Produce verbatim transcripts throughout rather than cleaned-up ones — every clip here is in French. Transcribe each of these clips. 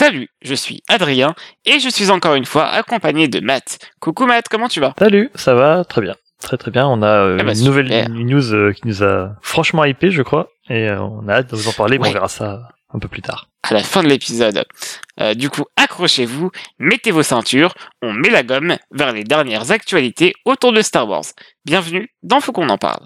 Salut, je suis Adrien et je suis encore une fois accompagné de Matt. Coucou Matt, comment tu vas ? Salut, ça va très bien. Très très bien, on a euh, Ah bah, une nouvelle super. une news euh, qui nous a franchement hypé, je crois, et euh, on a hâte de vous en parler, mais Ouais. on verra ça un peu plus tard. À la fin de l'épisode. Euh, du coup, accrochez-vous, mettez vos ceintures, on met la gomme vers les dernières actualités autour de Star Wars. Bienvenue dans Faut qu'on en parle.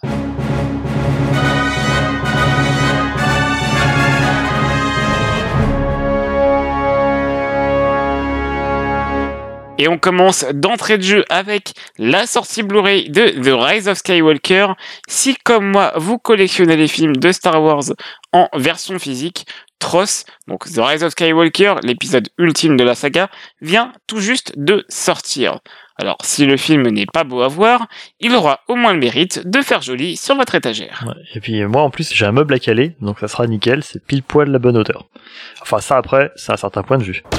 Et on commence d'entrée de jeu avec la sortie Blu-ray de The Rise of Skywalker. Si, comme moi, vous collectionnez les films de Star Wars en version physique, T R O S, donc The Rise of Skywalker, l'épisode ultime de la saga, vient tout juste de sortir. Alors, si le film n'est pas beau à voir, il aura au moins le mérite de faire joli sur votre étagère. Ouais. Et puis moi en plus j'ai un meuble à caler, donc ça sera nickel, c'est pile poil la bonne hauteur. Enfin ça après, c'est un certain point de vue.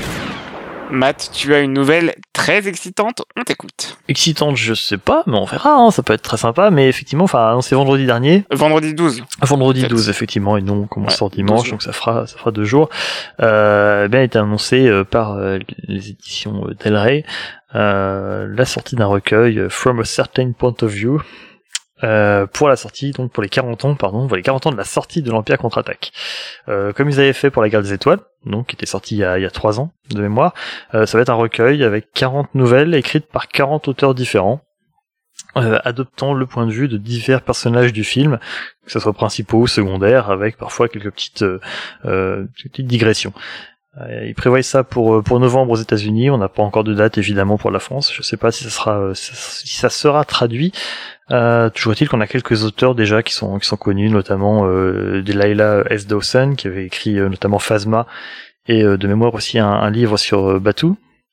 Matt, tu as une nouvelle très excitante, on t'écoute. Excitante je sais pas, mais on verra, hein, ça peut être très sympa, mais effectivement, enfin c'est vendredi dernier. Vendredi douze. Vendredi Peut-être. douze effectivement, et non on commence Ouais, sur dimanche, douze donc ça fera ça fera deux jours. Euh, eh bien, a été annoncé euh, par euh, les éditions euh, Del Rey euh, la sortie d'un recueil euh, From a Certain Point of View. Euh, pour la sortie, donc pour les quarante ans, pardon, pour les quarante ans de la sortie de l'Empire contre-attaque. Euh, comme ils avaient fait pour la Guerre des Étoiles, donc qui était sorti il y a, il y a trois ans de mémoire, euh, ça va être un recueil avec quarante nouvelles écrites par quarante auteurs différents, euh, adoptant le point de vue de divers personnages du film, que ce soit principaux ou secondaires, avec parfois quelques petites, euh, euh, petites digressions. Ils prévoient ça pour pour novembre aux États-Unis. On n'a pas encore de date évidemment pour la France. Je sais pas si ça sera si ça sera traduit. Euh, toujours est-il qu'on a quelques auteurs déjà qui sont qui sont connus, notamment euh, Delilah S. Dawson qui avait écrit euh, notamment Phasma et euh, de mémoire aussi un, un livre sur euh, Batuu.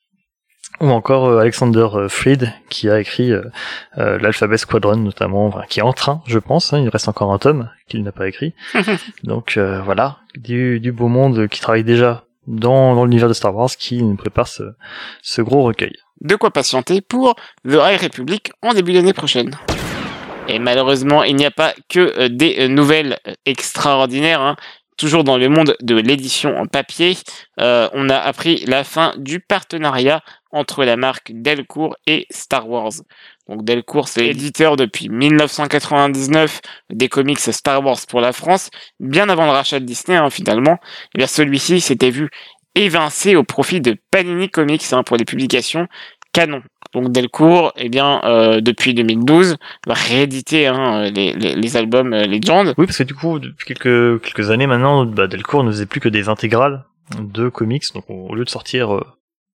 Ou encore euh, Alexander euh, Freed qui a écrit euh, euh, l'Alphabet Squadron notamment, enfin, qui est en train, je pense. Hein, il reste encore un tome qu'il n'a pas écrit. Donc euh, voilà, du du beau monde qui travaille déjà dans, dans l'univers de Star Wars qui nous prépare ce, ce gros recueil. De quoi patienter pour The High Republic en début d'année prochaine. Et malheureusement, il n'y a pas que euh, des euh, nouvelles euh, extraordinaires. Hein. Toujours dans le monde de l'édition en papier, euh, on a appris la fin du partenariat entre la marque Delcourt et Star Wars. Donc Delcourt, c'est l'éditeur depuis dix-neuf cent quatre-vingt-dix-neuf des comics Star Wars pour la France, bien avant le rachat de Disney hein, finalement. Et bien celui-ci s'était vu évincé au profit de Panini Comics hein, pour les publications canon. Donc Delcourt, eh bien, euh, depuis deux mille douze, va rééditer hein, les, les, les albums euh, Legend. Oui, parce que du coup, depuis quelques, quelques années maintenant, bah, Delcourt ne faisait plus que des intégrales de comics. Donc au lieu de sortir euh,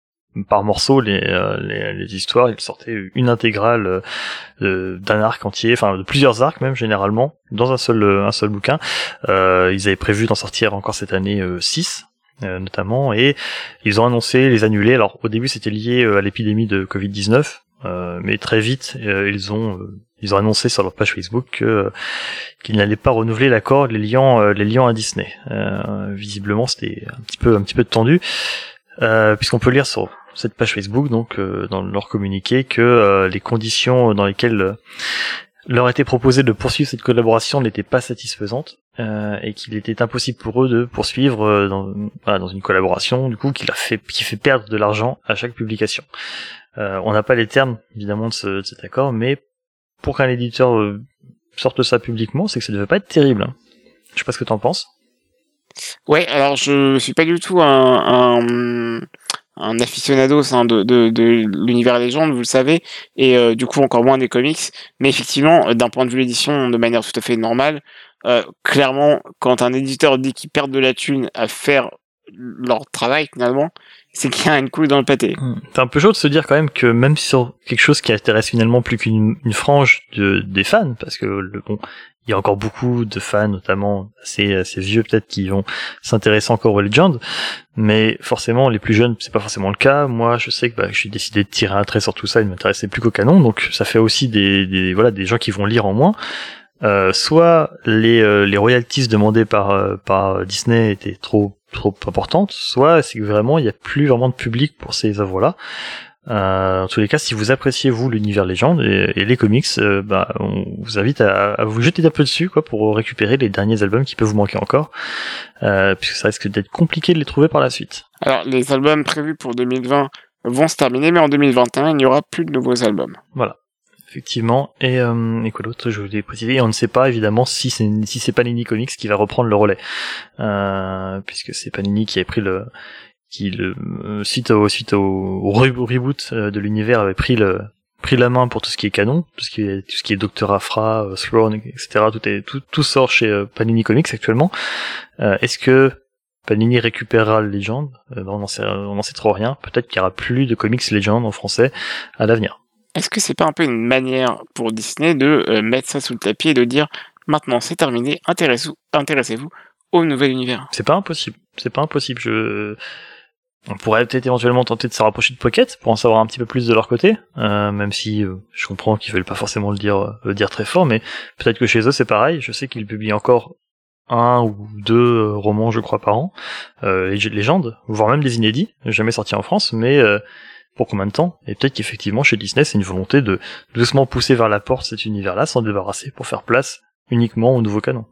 par morceaux les, euh, les, les histoires, il sortait une intégrale euh, d'un arc entier, enfin de plusieurs arcs même généralement, dans un seul, un seul bouquin. Euh, ils avaient prévu d'en sortir encore cette année euh, six. Euh, notamment, et ils ont annoncé les annuler. Alors au début c'était lié euh, à l'épidémie de covid dix-neuf, euh, mais très vite euh, ils ont euh, ils ont annoncé sur leur page Facebook que euh, qu'ils n'allaient pas renouveler l'accord les liant euh, les liant à Disney. Euh, visiblement c'était un petit peu un petit peu tendu, euh, puisqu'on peut lire sur cette page Facebook donc euh, dans leur communiqué que euh, les conditions dans lesquelles euh, leur était proposé de poursuivre cette collaboration n'étaient pas satisfaisantes euh, et qu'il était impossible pour eux de poursuivre euh, dans, voilà, dans une collaboration du coup qui, a fait, qui fait perdre de l'argent à chaque publication. Euh, on n'a pas les termes évidemment de, ce, de cet accord, mais pour qu'un éditeur euh, sorte ça publiquement, c'est que ça devait pas être terrible. Hein. Je sais pas ce que t'en penses. Ouais, alors je suis pas du tout un... un... un aficionados hein, de, de, de l'univers légende, vous le savez, et euh, du coup encore moins des comics, mais effectivement, d'un point de vue l'édition, de manière tout à fait normale, euh, clairement, quand un éditeur dit qu'ils perdent de la thune à faire leur travail, finalement, c'est qu'il y a une couille dans le pâté. C'est un peu chaud de se dire quand même que même sur quelque chose qui intéresse finalement plus qu'une une frange de, des fans, parce que le, bon, il y a encore beaucoup de fans, notamment assez, assez vieux peut-être, qui vont s'intéresser encore aux Legends, mais forcément les plus jeunes c'est pas forcément le cas. Moi je sais que bah, je suis décidé de tirer un trait sur tout ça et de m'intéresser plus qu'au canon, donc ça fait aussi des, des voilà des gens qui vont lire en moins. Euh, soit les euh, les royalties demandées par euh, par Disney étaient trop trop importantes, soit c'est que vraiment il y a plus vraiment de public pour ces œuvres-là. Euh, en tous les cas, si vous appréciez vous l'univers légende et, et les comics, euh, bah, on vous invite à, à vous jeter un peu dessus, quoi, pour récupérer les derniers albums qui peuvent vous manquer encore, euh, puisque ça risque d'être compliqué de les trouver par la suite. Alors, les albums prévus pour deux mille vingt vont se terminer, mais en deux mille vingt et un, il n'y aura plus de nouveaux albums. Voilà. Effectivement, et, euh, et quoi d'autre, je voulais préciser, et on ne sait pas évidemment si c'est si c'est Panini Comics qui va reprendre le relais, euh, puisque c'est Panini qui avait pris le, qui le euh, suite au suite au, au reboot de l'univers avait pris le pris la main pour tout ce qui est canon, tout ce qui est tout ce qui est Docteur Aphra, euh, Throne, et cetera. Tout est tout tout sort chez euh, Panini Comics actuellement. Euh, est-ce que Panini récupérera le Legend? euh, On n'en sait on n'en sait trop rien. Peut-être qu'il y aura plus de comics Legend en français à l'avenir. Est-ce que c'est pas un peu une manière pour Disney de euh, mettre ça sous le tapis et de dire maintenant c'est terminé, intéressez-vous, intéressez-vous au nouvel univers? C'est pas impossible, c'est pas impossible. Je, on pourrait peut-être éventuellement tenter de se rapprocher de Pocket pour en savoir un petit peu plus de leur côté, euh, même si euh, je comprends qu'ils veulent pas forcément le dire, euh, le dire très fort, mais peut-être que chez eux c'est pareil. Je sais qu'ils publient encore un ou deux romans, je crois, par an, euh, les légendes, voire même des inédits, jamais sortis en France, mais euh, pour combien de temps? Et peut-être qu'effectivement chez Disney c'est une volonté de doucement pousser vers la porte cet univers-là, s'en débarrasser pour faire place uniquement au nouveau canon.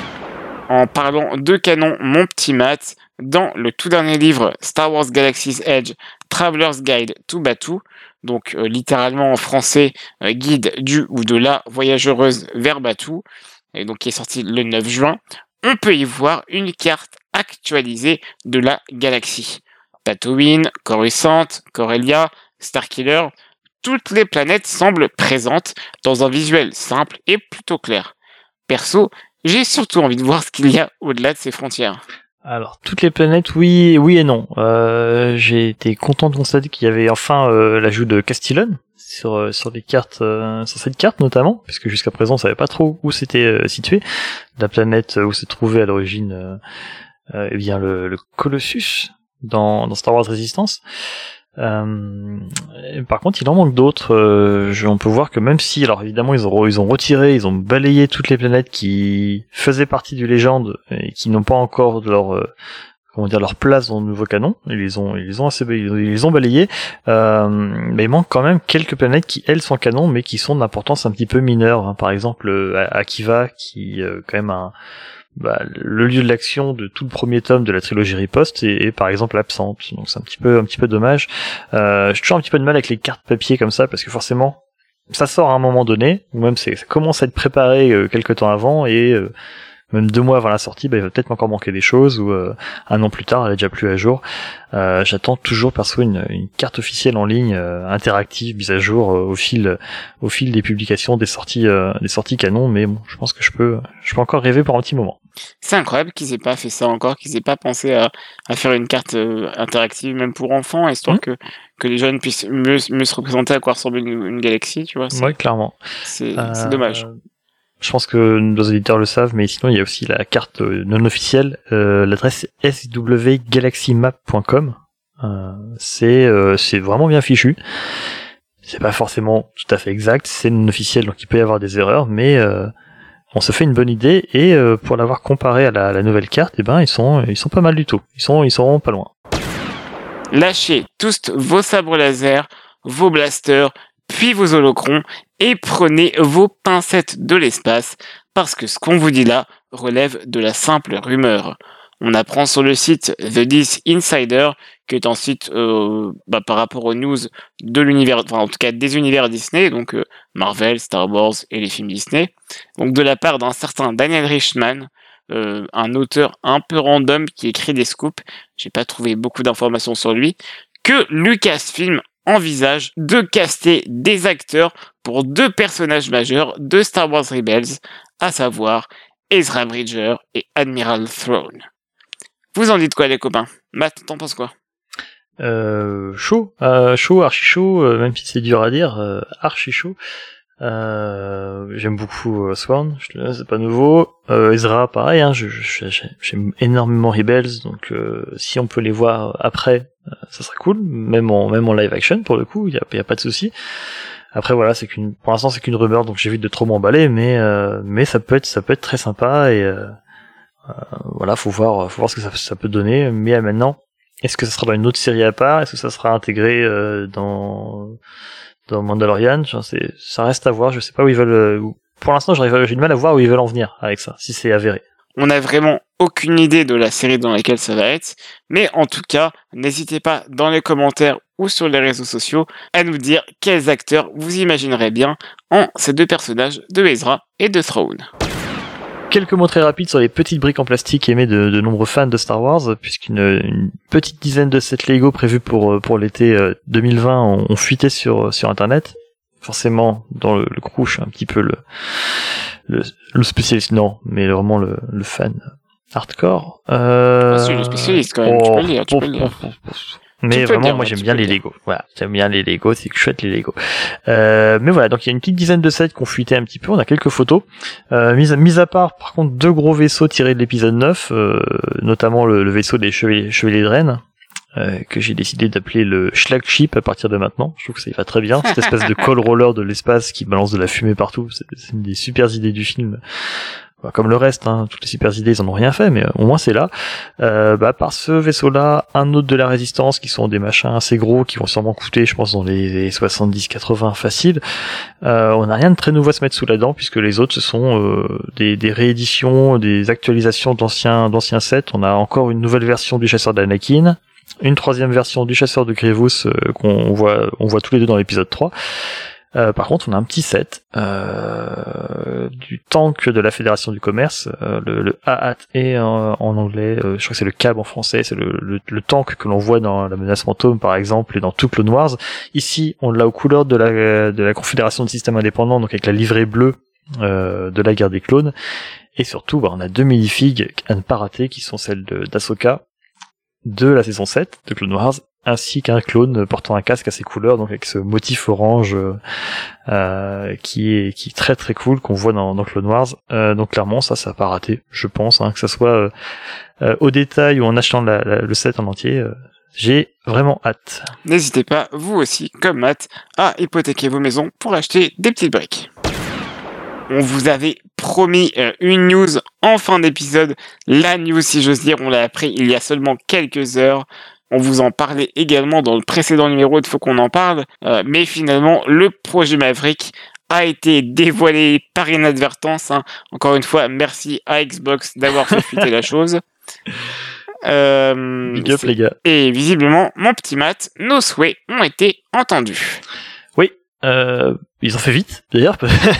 En parlant de canon, mon petit Matt, dans le tout dernier livre Star Wars Galaxy's Edge, Traveler's Guide to Batuu, donc euh, littéralement en français, euh, guide du ou de la voyageuse vers Batuu, et donc qui est sorti le neuf juin, on peut y voir une carte actualisée de la galaxie. Tatooine, Coruscant, Corellia, Starkiller, toutes les planètes semblent présentes dans un visuel simple et plutôt clair. Perso, j'ai surtout envie de voir ce qu'il y a au-delà de ces frontières. Alors, toutes les planètes, oui, oui et non. Euh, j'ai été content de constater qu'il y avait enfin euh, l'ajout de Castillon sur euh, sur les cartes, euh, sur cette carte notamment, puisque jusqu'à présent on savait pas trop où c'était euh, situé, la planète où se trouvait à l'origine, euh, euh, eh bien le, le Colossus dans, dans Star Wars Resistance. Euh, par contre, il en manque d'autres. Euh, je, on peut voir que même si, alors évidemment, ils ont ils ont retiré, ils ont balayé toutes les planètes qui faisaient partie du Légende et qui n'ont pas encore leur euh, comment dire leur place dans le nouveau canon. Ils les ont ils les ont assez ils les ont balayés. Euh, mais il manque quand même quelques planètes qui elles sont canon, mais qui sont d'importance un petit peu mineure. Hein. Par exemple, Akiva, qui euh, quand même un Bah, le lieu de l'action de tout le premier tome de la trilogie Riposte est, est par exemple absente, donc c'est un petit peu un petit peu dommage. Euh, j'ai toujours un petit peu de mal avec les cartes papier comme ça parce que forcément ça sort à un moment donné, ou même c'est, ça commence à être préparé euh, quelques temps avant et euh, même deux mois avant la sortie, bah, il va peut-être encore manquer des choses ou euh, un an plus tard, elle est déjà plus à jour. Euh, j'attends toujours perso une, une carte officielle en ligne euh, interactive, mise à jour euh, au fil au fil des publications, des sorties euh, des sorties canon, mais bon, je pense que je peux je peux encore rêver pour un petit moment. C'est incroyable qu'ils aient pas fait ça encore, qu'ils aient pas pensé à, à faire une carte euh, interactive même pour enfants, histoire mmh. que que les jeunes puissent mieux, mieux se représenter à quoi ressemble une, une galaxie, tu vois. C'est, ouais, clairement. C'est, euh... c'est dommage. Je pense que nos éditeurs le savent, mais sinon il y a aussi la carte non officielle, euh, l'adresse s w galaxy map point com. Euh, c'est euh, c'est vraiment bien fichu. C'est pas forcément tout à fait exact, c'est non officiel, donc il peut y avoir des erreurs, mais euh, on se fait une bonne idée et euh, pour l'avoir comparé à la, à la nouvelle carte, eh ben ils sont ils sont pas mal du tout. Ils sont ils sont vraiment pas loin. Lâchez tous vos sabres laser, vos blasters, puis vos holocrons, et prenez vos pincettes de l'espace, parce que ce qu'on vous dit là relève de la simple rumeur. On apprend sur le site The Dis Insider, qui est un site euh, bah, par rapport aux news de l'univers, enfin en tout cas des univers Disney, donc euh, Marvel, Star Wars et les films Disney, donc de la part d'un certain Daniel Richman, euh, un auteur un peu random qui écrit des scoops, j'ai pas trouvé beaucoup d'informations sur lui, que Lucasfilm envisage de caster des acteurs pour deux personnages majeurs de Star Wars Rebels, à savoir Ezra Bridger et Admiral Thrawn. Vous en dites quoi les copains? Matt, t'en penses quoi? Euh, chaud, euh, chaud, archi chaud, euh, même si c'est dur à dire, euh, archi chaud. Euh, j'aime beaucoup euh, Sworn, je, c'est pas nouveau. Euh, Ezra, pareil, hein, je, je, je, j'aime énormément Rebels, donc euh, si on peut les voir après, euh, ça serait cool, même en même en live action pour le coup, il y a, y a pas de souci. Après voilà, c'est qu'une, pour l'instant c'est qu'une rumeur, donc j'évite de trop m'emballer, mais euh, mais ça peut être ça peut être très sympa et euh, euh, voilà, faut voir faut voir ce que ça, ça peut donner. Mais à maintenant, Est-ce que ça sera dans une autre série à part? Est-ce que ça sera intégré euh, dans dans Mandalorian? Genre, c'est, ça reste à voir. Je sais pas où ils veulent. Où... Pour l'instant, j'arrive, j'ai du mal à voir où ils veulent en venir avec ça, si c'est avéré. On n'a vraiment aucune idée de la série dans laquelle ça va être, mais en tout cas, n'hésitez pas dans les commentaires ou sur les réseaux sociaux à nous dire quels acteurs vous imaginerez bien en ces deux personnages de Ezra et de Thrawn. Quelques mots très rapides sur les petites briques en plastique aimées de, de nombreux fans de Star Wars, puisqu'une une petite dizaine de sets Lego prévus pour, pour l'été deux mille vingt ont, ont fuité sur, sur Internet. Forcément, dans le, le crouche, un petit peu le, le, le spécialiste, non, mais vraiment le, le fan hardcore. Euh... Ah, c'est le spécialiste quand même, oh, tu peux le dire, tu oh, peux le dire. Oh, oh, oh. Mais vraiment, dire, moi j'aime bien les dire. Lego. Voilà, j'aime bien les Lego, c'est chouette les Lego. Euh, mais voilà, donc il y a une petite dizaine de sets qui ont fuité un petit peu. On a quelques photos. Euh, mis, à, mis à part, par contre, deux gros vaisseaux tirés de l'épisode neuf, euh, notamment le, le vaisseau des chevaliers, chevaliers de Rennes. Euh, que j'ai décidé d'appeler le Schlagship à partir de maintenant. Je trouve que ça y va très bien. Cette espèce de call roller de l'espace qui balance de la fumée partout. C'est, c'est une des super idées du film. Bah, comme le reste, hein, toutes les super idées, ils en ont rien fait, mais euh, au moins c'est là. Euh, bah, par ce vaisseau-là, un autre de la Résistance, qui sont des machins assez gros, qui vont sûrement coûter, je pense, dans les soixante-dix quatre-vingts faciles. Euh, on n'a rien de très nouveau à se mettre sous la dent, puisque les autres, ce sont euh, des, des rééditions, des actualisations d'anciens, d'anciens sets. On a encore une nouvelle version du chasseur d'Anakin, une troisième version du chasseur de Grievous euh, qu'on voit, on voit tous les deux dans l'épisode trois. Euh, par contre, on a un petit set euh, du tank de la Fédération du Commerce, euh, le, le A A T E en, en anglais, euh, je crois que c'est le C A B en français, c'est le, le, le tank que l'on voit dans la menace fantôme par exemple et dans tout Clone Wars. Ici, on l'a aux couleurs de la, de la Confédération de systèmes indépendants, donc avec la livrée bleue euh, de la guerre des clones. Et surtout, bah, on a deux minifigs à ne pas rater qui sont celles de, d'Ahsoka de la saison sept de Clone Wars, ainsi qu'un clone portant un casque à ses couleurs, donc avec ce motif orange euh, qui est qui est très très cool qu'on voit dans, dans Clone Wars. Euh, donc clairement ça ça va pas rater, je pense, hein, que ça soit euh, euh, au détail ou en achetant la, la, le set en entier. Euh, j'ai vraiment hâte. N'hésitez pas, vous aussi, comme Matt, à hypothéquer vos maisons pour acheter des petites briques. On vous avait promis euh, une news en fin d'épisode. La news, si j'ose dire, on l'a appris il y a seulement quelques heures. On vous en parlait également dans le précédent numéro, il faut qu'on en parle. Euh, mais finalement, le projet Maverick a été dévoilé par inadvertance. Hein. Encore une fois, merci à Xbox d'avoir fait fuiter la chose. Euh, Big up, les gars. Et visiblement, mon petit Matt, nos souhaits ont été entendus. Oui. Euh, ils ont fait vite d'ailleurs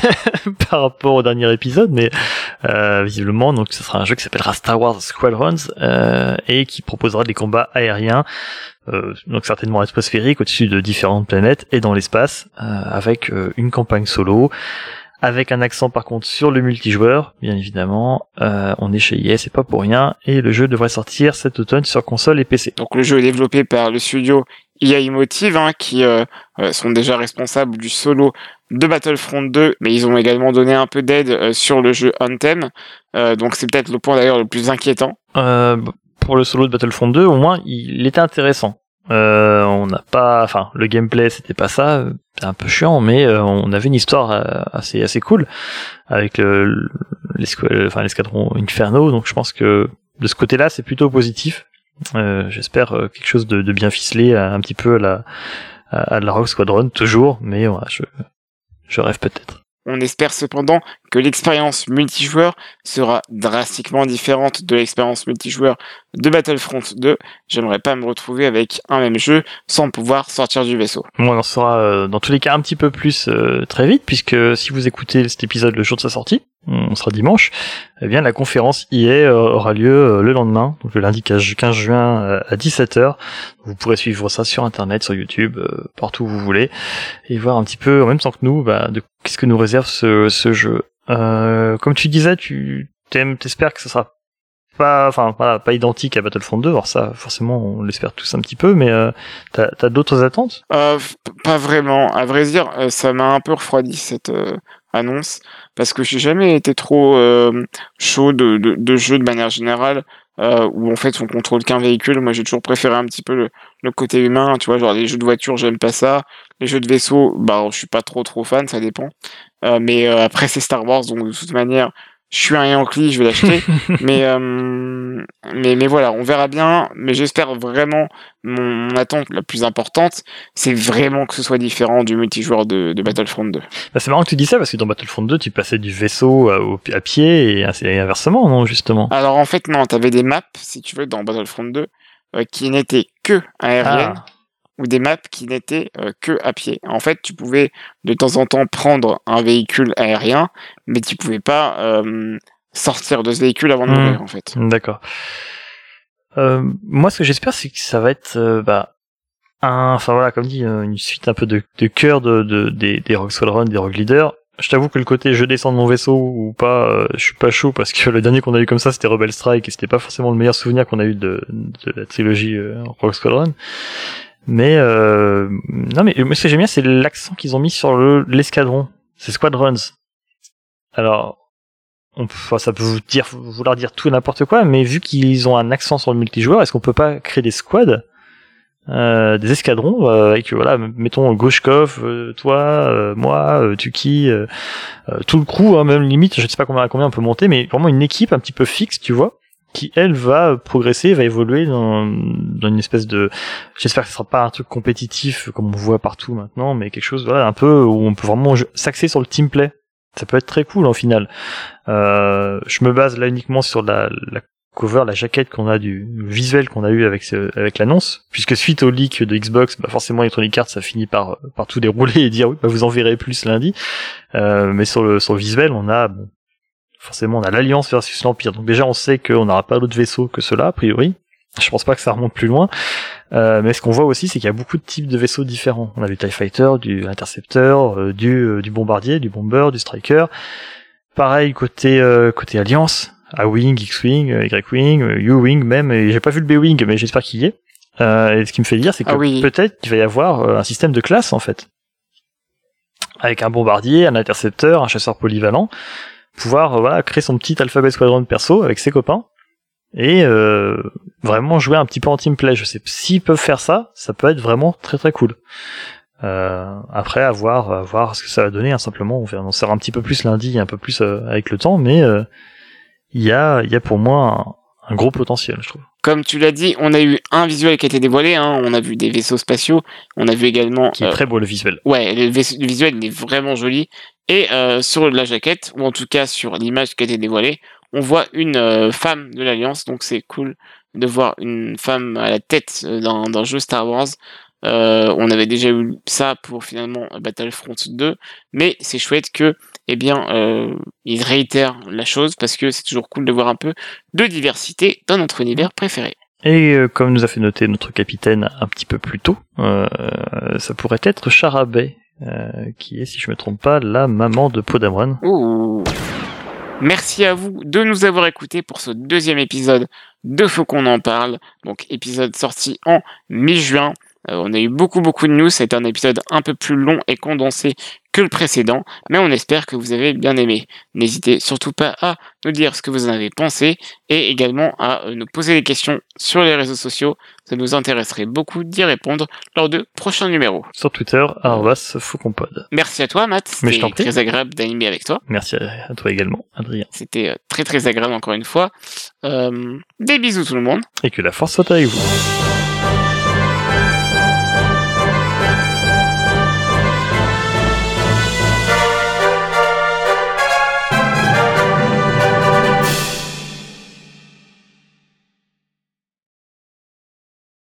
par rapport au dernier épisode, mais euh, visiblement donc ce sera un jeu qui s'appellera Star Wars Squadrons euh, et qui proposera des combats aériens, euh, donc certainement atmosphériques au-dessus de différentes planètes et dans l'espace, euh, avec euh, une campagne solo, avec un accent par contre sur le multijoueur, bien évidemment. Euh, on est chez I A, c'est pas pour rien, et le jeu devrait sortir cet automne sur console et P C. Donc le jeu est développé par le studio I A Emotive, hein, qui euh, euh, sont déjà responsables du solo de Battlefront deux, mais ils ont également donné un peu d'aide euh, sur le jeu Anthem, euh, donc c'est peut-être le point d'ailleurs le plus inquiétant. Euh, pour le solo de Battlefront deux, au moins, il était intéressant. Euh, on n'a pas, enfin, le gameplay c'était pas ça, c'est un peu chiant, mais euh, on avait une histoire euh, assez assez cool avec le, l'escadron, enfin l'escadron Inferno, donc je pense que de ce côté-là c'est plutôt positif. Euh, j'espère euh, quelque chose de, de bien ficelé, un petit peu à la à, à la Rogue Squadron toujours, mais ouais, je je rêve peut-être. On espère cependant que l'expérience multijoueur sera drastiquement différente de l'expérience multijoueur de Battlefront deux. J'aimerais pas me retrouver avec un même jeu sans pouvoir sortir du vaisseau. Bon, on en saura euh, dans tous les cas un petit peu plus euh, très vite, puisque si vous écoutez cet épisode le jour de sa sortie, on sera dimanche, eh bien la conférence I A euh, aura lieu euh, le lendemain, donc le lundi quinze juin euh, à dix-sept heures. Vous pourrez suivre ça sur internet, sur YouTube, euh, partout où vous voulez, et voir un petit peu en même temps que nous, bah, de qu'est-ce que nous réserve ce, ce jeu. Euh, comme tu disais, tu t'aimes, t'espères que ce sera pas, enfin voilà, pas identique à Battlefront deux. Alors ça, forcément, on l'espère tous un petit peu, mais euh, t'as, t'as d'autres attentes ? euh, Pas vraiment. À vrai dire, euh, ça m'a un peu refroidi cette euh, annonce, parce que j'ai jamais été trop euh, chaud de, de, de jeux de manière générale, euh, où en fait on contrôle qu'un véhicule. Moi, j'ai toujours préféré un petit peu le, le côté humain, tu vois, genre les jeux de voiture, j'aime pas ça. Les jeux de vaisseau, bah, je suis pas trop trop fan, ça dépend. Euh, mais euh, après, c'est Star Wars, donc de toute manière, je suis un Yankee, je vais l'acheter. mais, euh, mais, mais voilà, on verra bien. Mais j'espère vraiment, mon, mon attente la plus importante, c'est vraiment que ce soit différent du multijoueur de, de Battlefront deux. Bah, c'est marrant que tu dis ça, parce que dans Battlefront deux, tu passais du vaisseau à, au, à pied, et, et inversement, non, justement? Alors en fait, non, t'avais des maps, si tu veux, dans Battlefront deux, euh, qui n'étaient que aériennes. Ah. Ou des maps qui n'étaient euh, que à pied. En fait, tu pouvais de temps en temps prendre un véhicule aérien, mais tu pouvais pas euh, sortir de ce véhicule avant de mmh. mourir, en fait. D'accord. Euh, moi, ce que j'espère, c'est que ça va être, euh, bah, un, enfin voilà, comme dit, une suite un peu de, de cœur de, de, des, des Rogue Squadron, des Rogue Leaders. Je t'avoue que le côté je descends de mon vaisseau ou pas, euh, je suis pas chaud parce que le dernier qu'on a eu comme ça, c'était Rebel Strike et c'était pas forcément le meilleur souvenir qu'on a eu de, de la trilogie euh, Rogue Squadron. Mais euh, non, mais ce que j'aime bien, c'est l'accent qu'ils ont mis sur le l'escadron. C'est Squadrons. Alors, on peut, enfin, ça peut vous dire, vouloir dire tout et n'importe quoi, mais vu qu'ils ont un accent sur le multijoueur, est-ce qu'on peut pas créer des squads, euh, des escadrons euh, avec voilà, mettons Goshkov, euh, toi, euh, moi, euh, Tuki, euh, euh, tout le crew, hein, même limite, je ne sais pas combien, combien on peut monter, mais vraiment une équipe un petit peu fixe, tu vois, qui elle va progresser, va évoluer dans, dans une espèce de, j'espère que ce sera pas un truc compétitif comme on voit partout maintenant, mais quelque chose voilà un peu où on peut vraiment s'axer sur le team play. Ça peut être très cool en final. Euh, je me base là uniquement sur la, la cover, la jaquette qu'on a du visuel qu'on a eu avec ce, avec l'annonce, puisque suite au leak de Xbox, bah forcément Electronic Arts ça finit par par tout dérouler et dire oui, bah vous en verrez plus lundi. Euh, mais sur le sur le visuel, on a bon, forcément, on a l'Alliance versus l'Empire. Donc déjà, on sait qu'on n'aura pas d'autres vaisseaux que ceux-là, a priori. Je pense pas que ça remonte plus loin. Euh, mais ce qu'on voit aussi, c'est qu'il y a beaucoup de types de vaisseaux différents. On a du TIE Fighter, du Interceptor, euh, du, euh, du Bombardier, du Bomber, du Striker. Pareil, côté, euh, côté Alliance. A-Wing, X-Wing, euh, Y-Wing, euh, U-Wing même. Et j'ai pas vu le B-Wing, mais j'espère qu'il y est. Euh, et ce qui me fait dire, c'est que ah oui. peut-être qu'il va y avoir euh, un système de classe, en fait. Avec un Bombardier, un Intercepteur, un chasseur polyvalent. Pouvoir euh, voilà créer son petit alphabet squadron de perso avec ses copains et euh, vraiment jouer un petit peu en team play. Je sais s'ils peuvent faire ça, ça peut être vraiment très très cool. Euh, après à voir, à voir ce que ça va donner. Hein, simplement, on va en saura un petit peu plus lundi, un peu plus euh, avec le temps, mais il euh, y a il y a pour moi un, un gros potentiel, je trouve. Comme tu l'as dit, on a eu un visuel qui a été dévoilé, hein, on a vu des vaisseaux spatiaux, on a vu également... Qui est euh, très beau le visuel. Ouais, le, vaisse- le visuel il est vraiment joli. Et euh, sur la jaquette, ou en tout cas sur l'image qui a été dévoilée, on voit une euh, femme de l'Alliance, donc c'est cool de voir une femme à la tête d'un, d'un jeu Star Wars. Euh, on avait déjà eu ça pour finalement Battlefront deux, mais c'est chouette que, eh bien, euh, ils réitèrent la chose parce que c'est toujours cool de voir un peu de diversité dans notre univers préféré. Et euh, comme nous a fait noter notre capitaine un petit peu plus tôt, euh, ça pourrait être Charabay, euh, qui est, si je me trompe pas, la maman de Poe Dameron. Ouh. Merci à vous de nous avoir écoutés pour ce deuxième épisode de Faut qu'on en parle. Donc épisode sorti en mi-juin. Euh, on a eu beaucoup beaucoup de news, c'est un épisode un peu plus long et condensé que le précédent, mais on espère que vous avez bien aimé. N'hésitez surtout pas à nous dire ce que vous en avez pensé et également à nous poser des questions sur les réseaux sociaux. Ça nous intéresserait beaucoup d'y répondre lors de prochains numéros. Sur Twitter, arobase Fauconpod. Merci à toi Matt, c'était très agréable d'animer avec toi. Merci à toi également Adrien. C'était très très agréable encore une fois. Euh, des bisous tout le monde. Et que la force soit avec vous.